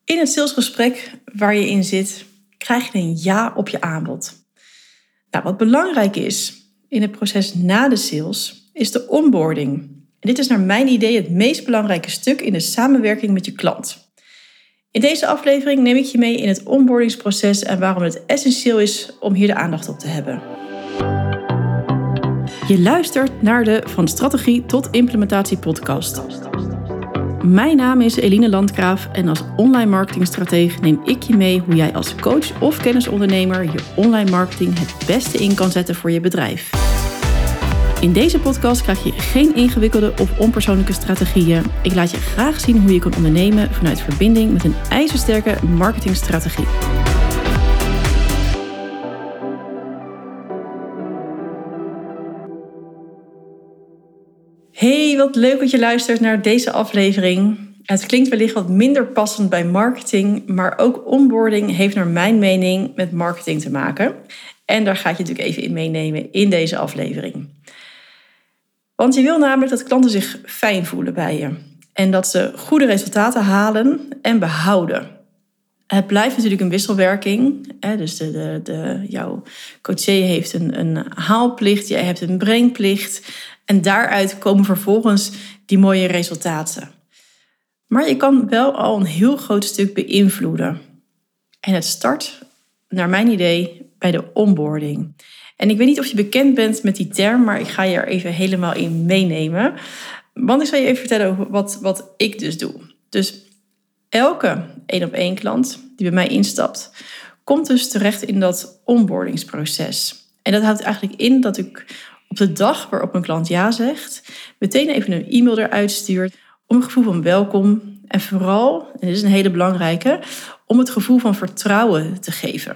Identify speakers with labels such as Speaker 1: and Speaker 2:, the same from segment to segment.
Speaker 1: In het salesgesprek waar je in zit, krijg je een ja op je aanbod. Nou, wat belangrijk is in het proces na de sales, is de onboarding. En dit is naar mijn idee het meest belangrijke stuk in de samenwerking met je klant. In deze aflevering neem ik je mee in het onboardingsproces en waarom het essentieel is om hier de aandacht op te hebben. Je luistert naar de Van Strategie tot Implementatie podcast. Mijn naam is Eline Landgraaf en als online marketingstratege neem ik je mee hoe jij als coach of kennisondernemer je online marketing het beste in kan zetten voor je bedrijf. In deze podcast krijg je geen ingewikkelde of onpersoonlijke strategieën. Ik laat je graag zien hoe je kan ondernemen vanuit verbinding met een ijzersterke marketingstrategie. Hey, wat leuk dat je luistert naar deze aflevering. Het klinkt wellicht wat minder passend bij marketing, maar ook onboarding heeft naar mijn mening met marketing te maken. En daar ga ik je natuurlijk even in meenemen in deze aflevering. Want je wil namelijk dat klanten zich fijn voelen bij je. En dat ze goede resultaten halen en behouden. Het blijft natuurlijk een wisselwerking. Dus jouw coaché heeft een haalplicht, jij hebt een brengplicht. En daaruit komen vervolgens die mooie resultaten. Maar je kan wel al een heel groot stuk beïnvloeden. En het start, naar mijn idee, bij de onboarding. En ik weet niet of je bekend bent met die term, maar ik ga je er even helemaal in meenemen. Want ik zal je even vertellen over wat ik dus doe. Dus elke 1-op-1 klant die bij mij instapt, komt dus terecht in dat onboardingsproces. En dat houdt eigenlijk in dat ik op de dag waarop een klant ja zegt, meteen even een e-mail eruit stuurt om een gevoel van welkom en vooral, en dit is een hele belangrijke, om het gevoel van vertrouwen te geven.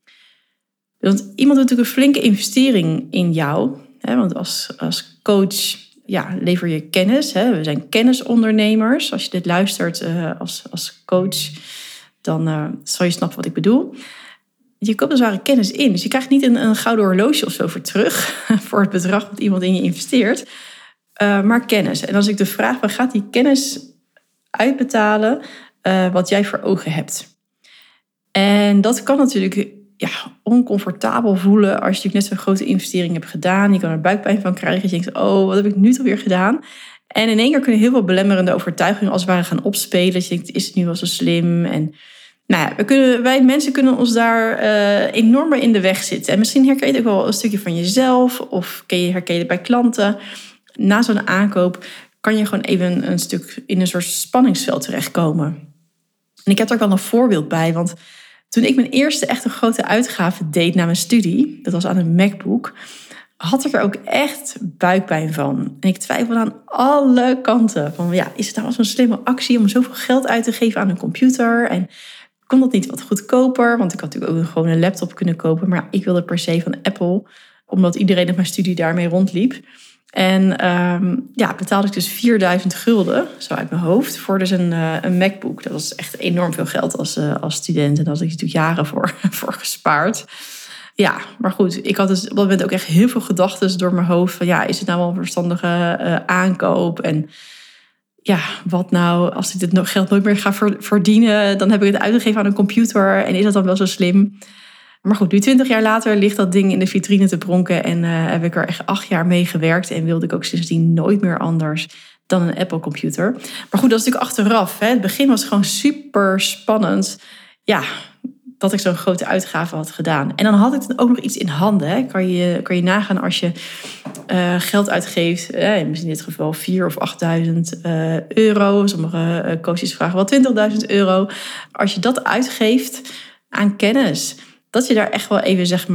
Speaker 1: Want iemand doet natuurlijk een flinke investering in jou, want als coach lever je kennis. We zijn kennisondernemers. Als je dit luistert als coach, dan zal je snappen wat ik bedoel. Je koopt dus ware kennis in. Dus je krijgt niet een gouden horloge of zo voor terug voor het bedrag wat iemand in je investeert. Maar kennis. En als ik de vraag ben, gaat die kennis uitbetalen wat jij voor ogen hebt? En dat kan natuurlijk oncomfortabel voelen als je net zo'n grote investering hebt gedaan. Je kan er buikpijn van krijgen. Dat je denkt, wat heb ik nu alweer gedaan? En in één keer kunnen heel veel belemmerende overtuigingen als het ware gaan opspelen. Dat je denkt, is het nu wel zo slim? En wij mensen kunnen ons daar enorm in de weg zitten. En misschien herken je het ook wel een stukje van jezelf. Of herken je het bij klanten. Na zo'n aankoop kan je gewoon even een stuk in een soort spanningsveld terechtkomen. En ik heb er ook wel een voorbeeld bij. Want toen ik mijn eerste echt een grote uitgave deed na mijn studie, dat was aan een MacBook, had ik er ook echt buikpijn van. En ik twijfelde aan alle kanten. Van is het nou wel zo'n slimme actie om zoveel geld uit te geven aan een computer? En kon dat niet wat goedkoper? Want ik had natuurlijk ook gewoon een laptop kunnen kopen. Maar ik wilde per se van Apple, omdat iedereen op mijn studie daarmee rondliep. En betaalde ik dus 4.000 gulden, zo uit mijn hoofd, voor dus een MacBook. Dat was echt enorm veel geld als student. En daar had ik natuurlijk jaren voor gespaard. Ja, maar goed, ik had dus op dat moment ook echt heel veel gedachten door mijn hoofd. Van is het nou wel een verstandige aankoop? En wat nou als ik dit geld nooit meer ga verdienen? Dan heb ik het uitgegeven aan een computer. En is dat dan wel zo slim? Maar goed, nu 20 jaar later ligt dat ding in de vitrine te pronken. En heb ik er echt 8 jaar mee gewerkt. En wilde ik ook sindsdien nooit meer anders dan een Apple computer. Maar goed, dat is natuurlijk achteraf. Het begin was gewoon super spannend. Dat ik zo'n grote uitgave had gedaan. En dan had ik dan ook nog iets in handen. Kan je nagaan als je geld uitgeeft. In dit geval 4.000 of 8.000 euro. Sommige coaches vragen wel 20.000 euro. Als je dat uitgeeft aan kennis, dat je daar echt wel even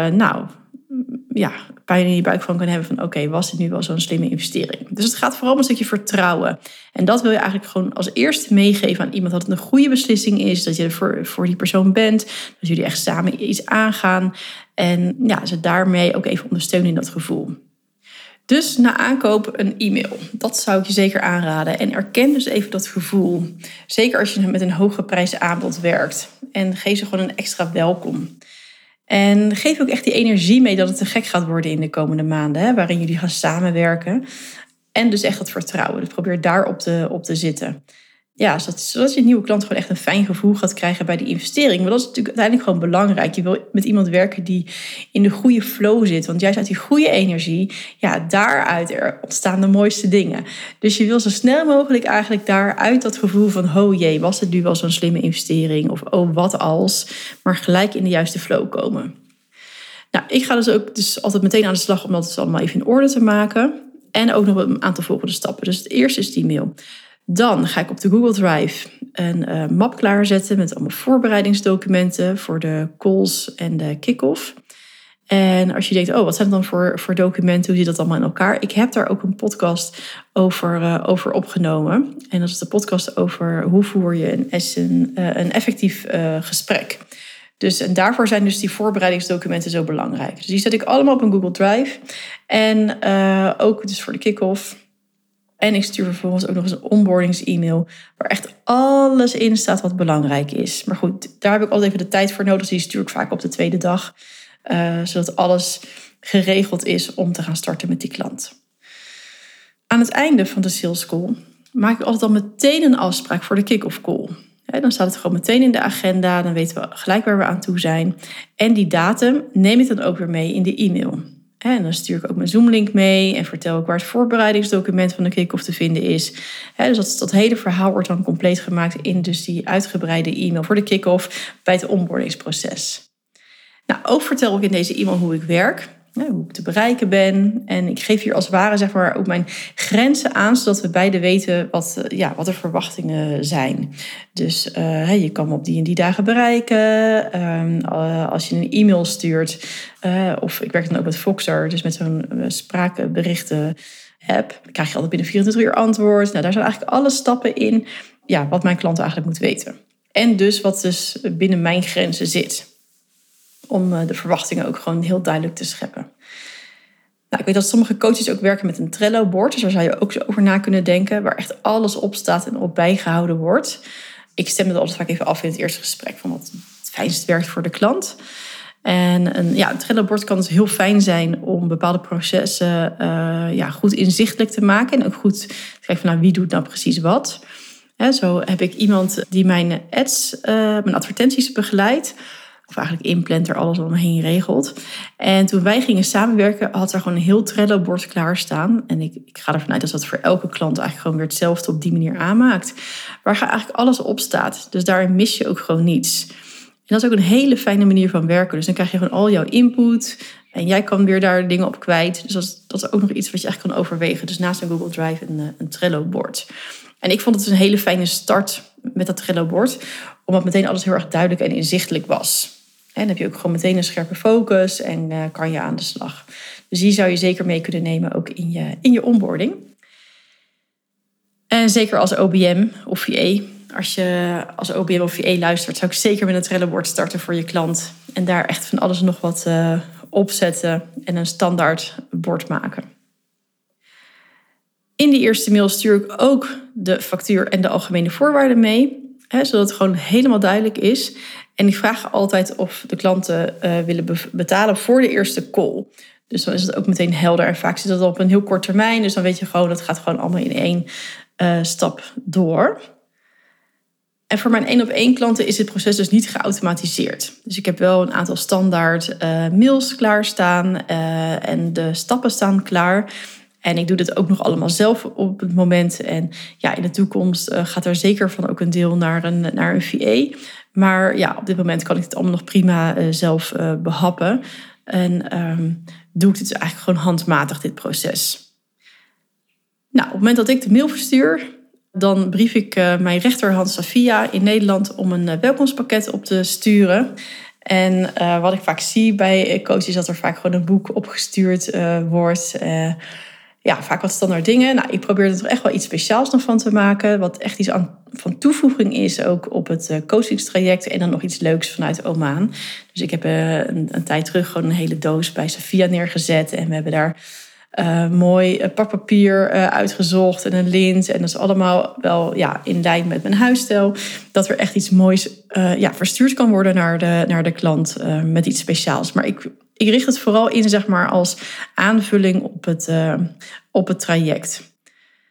Speaker 1: pijn in je buik van kan hebben van was dit nu wel zo'n slimme investering? Dus het gaat vooral om een stukje vertrouwen. En dat wil je eigenlijk gewoon als eerste meegeven aan iemand, dat het een goede beslissing is, dat je er voor die persoon bent, dat jullie echt samen iets aangaan en ze daarmee ook even ondersteunen in dat gevoel. Dus na aankoop een e-mail. Dat zou ik je zeker aanraden. En erken dus even dat gevoel. Zeker als je met een hooggeprijsd aanbod werkt. En geef ze gewoon een extra welkom. En geef ook echt die energie mee dat het te gek gaat worden in de komende maanden. Waarin jullie gaan samenwerken. En dus echt dat vertrouwen. Dus probeer daar op te zitten. Ja, zodat je nieuwe klant gewoon echt een fijn gevoel gaat krijgen bij die investering. Maar dat is natuurlijk uiteindelijk gewoon belangrijk. Je wil met iemand werken die in de goede flow zit. Want juist uit die goede energie, ja, daaruit er ontstaan de mooiste dingen. Dus je wil zo snel mogelijk eigenlijk daaruit dat gevoel van, oh jee, was het nu wel zo'n slimme investering? Of oh, wat als? Maar gelijk in de juiste flow komen. Nou, ik ga dus ook altijd meteen aan de slag om dat dus allemaal even in orde te maken. En ook nog een aantal volgende stappen. Dus het eerste is die mail. Dan ga ik op de Google Drive een map klaarzetten met allemaal voorbereidingsdocumenten voor de calls en de kick-off. En als je denkt, oh, wat zijn het dan voor documenten? Hoe zit dat allemaal in elkaar? Ik heb daar ook een podcast over opgenomen. En dat is de podcast over hoe voer je een effectief gesprek. Dus, en daarvoor zijn dus die voorbereidingsdocumenten zo belangrijk. Dus die zet ik allemaal op een Google Drive. En ook dus voor de kick-off. En ik stuur vervolgens ook nog eens een onboardings-e-mail waar echt alles in staat wat belangrijk is. Maar goed, daar heb ik altijd even de tijd voor nodig. Die stuur ik vaak op de tweede dag. Zodat alles geregeld is om te gaan starten met die klant. Aan het einde van de sales call maak ik altijd al meteen een afspraak voor de kick-off call. Dan staat het gewoon meteen in de agenda. Dan weten we gelijk waar we aan toe zijn. En die datum neem ik dan ook weer mee in de e-mail. En dan stuur ik ook mijn Zoom-link mee en vertel ik waar het voorbereidingsdocument van de kick-off te vinden is. Dus dat hele verhaal wordt dan compleet gemaakt in dus die uitgebreide e-mail voor de kick-off bij het onboardingsproces. Nou, ook vertel ik in deze e-mail hoe ik werk, hoe ik te bereiken ben. En ik geef hier als het ware zeg maar ook mijn grenzen aan, zodat we beide weten wat de verwachtingen zijn. Dus je kan me op die en die dagen bereiken. Als je een e-mail stuurt, of ik werk dan ook met Voxer, dus met zo'n spraakberichten app, dan krijg je altijd binnen 24 uur antwoord. Nou, daar zijn eigenlijk alle stappen in, wat mijn klant eigenlijk moet weten. En dus wat dus binnen mijn grenzen zit. Om de verwachtingen ook gewoon heel duidelijk te scheppen. Nou, ik weet dat sommige coaches ook werken met een Trello-bord. Dus daar zou je ook zo over na kunnen denken. Waar echt alles op staat en op bijgehouden wordt. Ik stem het altijd vaak even af in het eerste gesprek. Van wat het fijnst werkt voor de klant. En een Trello-bord kan dus heel fijn zijn om bepaalde processen goed inzichtelijk te maken. En ook goed te kijken van wie doet nou precies wat. Zo heb ik iemand die mijn ads, mijn advertenties begeleidt. Of eigenlijk inplant er alles omheen regelt. En toen wij gingen samenwerken, had er gewoon een heel Trello-bord klaarstaan. En ik ga ervan uit dat dat voor elke klant eigenlijk gewoon weer hetzelfde op die manier aanmaakt. Waar eigenlijk alles op staat. Dus daarin mis je ook gewoon niets. En dat is ook een hele fijne manier van werken. Dus dan krijg je gewoon al jouw input. En jij kan weer daar dingen op kwijt. Dus dat is ook nog iets wat je echt kan overwegen. Dus naast een Google Drive een Trello-bord. En ik vond het een hele fijne start met dat Trello-bord. Omdat meteen alles heel erg duidelijk en inzichtelijk was. En dan heb je ook gewoon meteen een scherpe focus en kan je aan de slag. Dus die zou je zeker mee kunnen nemen ook in je onboarding. En zeker als OBM of VA. Als je als OBM of VA luistert, zou ik zeker met een Trello-bord starten voor je klant. En daar echt van alles en nog wat opzetten en een standaard bord maken. In die eerste mail stuur ik ook de factuur en de algemene voorwaarden mee. Zodat het gewoon helemaal duidelijk is. En ik vraag altijd of de klanten willen betalen voor de eerste call. Dus dan is het ook meteen helder. En vaak zit dat op een heel kort termijn. Dus dan weet je gewoon, dat gaat gewoon allemaal in één stap door. En voor mijn 1-op-1 klanten is het proces dus niet geautomatiseerd. Dus ik heb wel een aantal standaard mails klaarstaan. En de stappen staan klaar. En ik doe dit ook nog allemaal zelf op het moment. En in de toekomst gaat er zeker van ook een deel naar een VA. Maar op dit moment kan ik het allemaal nog prima zelf behappen. En doe ik dit dus eigenlijk gewoon handmatig, dit proces. Nou, op het moment dat ik de mail verstuur, dan brief ik mijn rechterhand Safia in Nederland om een welkomstpakket op te sturen. En wat ik vaak zie bij coaches is dat er vaak gewoon een boek opgestuurd wordt. Vaak wat standaard dingen. Nou, ik probeer er toch echt wel iets speciaals nog van te maken. Wat echt iets van toevoeging is ook op het coachingstraject. En dan nog iets leuks vanuit Oman. Dus ik heb een tijd terug gewoon een hele doos bij Safia neergezet. En we hebben daar mooi pakpapier uitgezocht en een lint. En dat is allemaal wel in lijn met mijn huisstijl. Dat er echt iets moois verstuurd kan worden naar de klant met iets speciaals. Maar ik richt het vooral in, zeg maar, als aanvulling op het traject.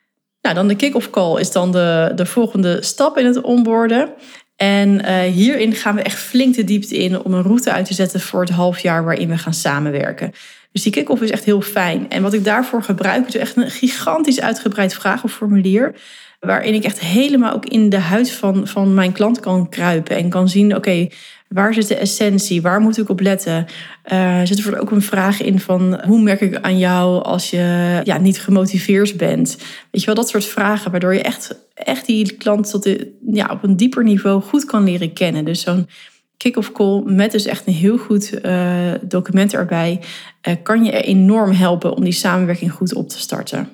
Speaker 1: Nou, dan de kick-off call is dan de volgende stap in het onboarden. En hierin gaan we echt flink de diepte in om een route uit te zetten voor het halfjaar waarin we gaan samenwerken. Dus die kick-off is echt heel fijn. En wat ik daarvoor gebruik is echt een gigantisch uitgebreid vragenformulier, waarin ik echt helemaal ook in de huid van mijn klant kan kruipen en kan zien, oké, waar zit de essentie? Waar moet ik op letten? Zit er ook een vraag in van hoe merk ik aan jou als je niet gemotiveerd bent? Weet je wel, dat soort vragen, waardoor je echt die klant op een dieper niveau goed kan leren kennen. Dus zo'n kick-off call met dus echt een heel goed document erbij kan je enorm helpen om die samenwerking goed op te starten.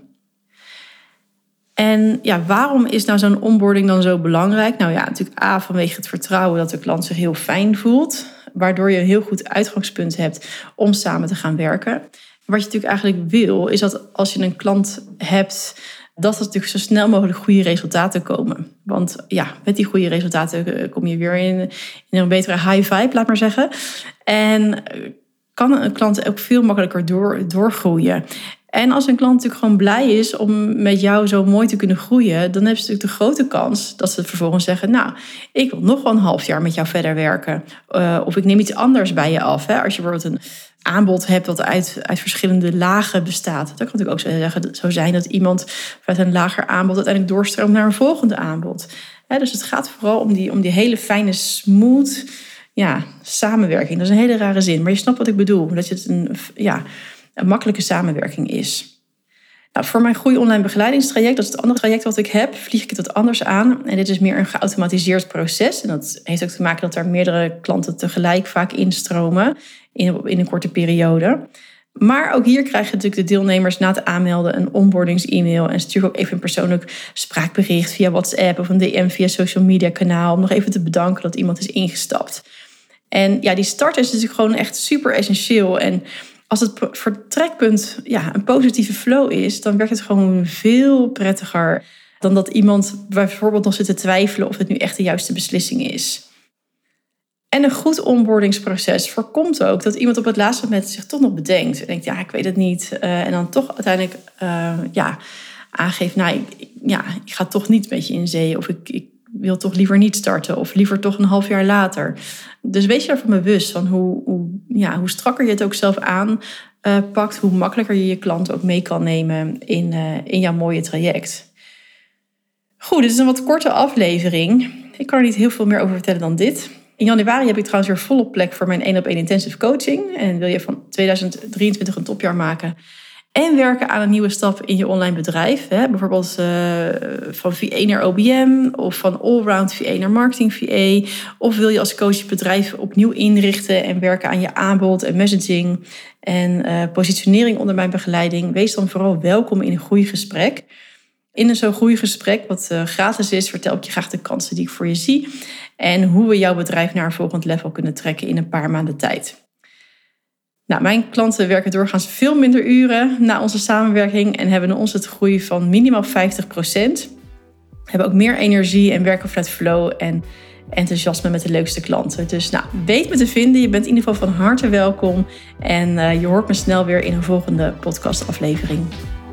Speaker 1: En waarom is nou zo'n onboarding dan zo belangrijk? Nou ja, natuurlijk vanwege het vertrouwen dat de klant zich heel fijn voelt, waardoor je een heel goed uitgangspunt hebt om samen te gaan werken. Wat je natuurlijk eigenlijk wil, is dat als je een klant hebt, dat er natuurlijk zo snel mogelijk goede resultaten komen. Want met die goede resultaten kom je weer in een betere high vibe, laat maar zeggen. En kan een klant ook veel makkelijker doorgroeien. En als een klant natuurlijk gewoon blij is om met jou zo mooi te kunnen groeien, dan hebben ze natuurlijk de grote kans dat ze vervolgens zeggen, nou, ik wil nog wel een half jaar met jou verder werken. Of ik neem iets anders bij je af. Hè? Als je bijvoorbeeld een aanbod hebt dat uit verschillende lagen bestaat. Dan kan natuurlijk ook zo zijn dat iemand vanuit een lager aanbod uiteindelijk doorstroomt naar een volgende aanbod. Dus het gaat vooral om die hele fijne, smooth samenwerking. Dat is een hele rare zin, maar je snapt wat ik bedoel. Dat het een makkelijke samenwerking is. Nou, voor mijn Groei Online begeleidingstraject, dat is het andere traject wat ik heb, vlieg ik het wat anders aan. En dit is meer een geautomatiseerd proces. En dat heeft ook te maken dat er meerdere klanten tegelijk vaak instromen in een korte periode. Maar ook hier krijgen natuurlijk de deelnemers na het aanmelden een onboardings-e-mail. En stuur ook even een persoonlijk spraakbericht via WhatsApp of een DM via social media kanaal. Om nog even te bedanken dat iemand is ingestapt. En die start is natuurlijk gewoon echt super essentieel. En als het vertrekpunt een positieve flow is, dan werkt het gewoon veel prettiger dan dat iemand bijvoorbeeld nog zit te twijfelen of het nu echt de juiste beslissing is. En een goed onboardingsproces voorkomt ook dat iemand op het laatste moment zich toch nog bedenkt. En denkt, ik weet het niet. En dan toch uiteindelijk aangeeft, ik ga toch niet met je in zee. Of ik wil toch liever niet starten. Of liever toch een half jaar later. Dus wees je ervan bewust van hoe strakker je het ook zelf aanpakt. Hoe makkelijker je klant ook mee kan nemen in jouw mooie traject. Goed, dit is een wat korte aflevering. Ik kan er niet heel veel meer over vertellen dan dit. In januari heb ik trouwens weer volop plek voor mijn 1-op-1 intensive coaching. En wil je van 2023 een topjaar maken en werken aan een nieuwe stap in je online bedrijf. Bijvoorbeeld van VA naar OBM of van allround VA naar marketing VA. Of wil je als coach je bedrijf opnieuw inrichten en werken aan je aanbod en messaging en positionering onder mijn begeleiding. Wees dan vooral welkom in een groeigesprek. In zo'n groeigesprek, wat gratis is, vertel ik je graag de kansen die ik voor je zie. En hoe we jouw bedrijf naar een volgend level kunnen trekken in een paar maanden tijd. Nou, mijn klanten werken doorgaans veel minder uren na onze samenwerking en hebben een omzetgroei van minimaal 50%. Hebben ook meer energie en werken vanuit flow en enthousiasme met de leukste klanten. Dus weet me te vinden. Je bent in ieder geval van harte welkom. En je hoort me snel weer in een volgende podcastaflevering.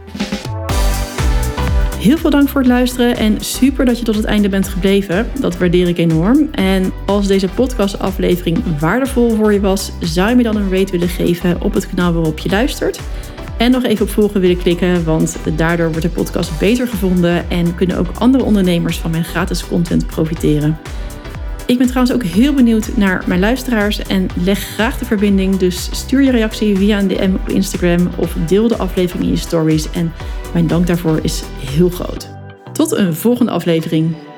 Speaker 1: Heel veel dank voor het luisteren en super dat je tot het einde bent gebleven. Dat waardeer ik enorm. En als deze podcastaflevering waardevol voor je was, zou je me dan een rate willen geven op het kanaal waarop je luistert. En nog even op volgen willen klikken, want daardoor wordt de podcast beter gevonden en kunnen ook andere ondernemers van mijn gratis content profiteren. Ik ben trouwens ook heel benieuwd naar mijn luisteraars en leg graag de verbinding. Dus stuur je reactie via een DM op Instagram of deel de aflevering in je stories. En mijn dank daarvoor is heel groot. Tot een volgende aflevering.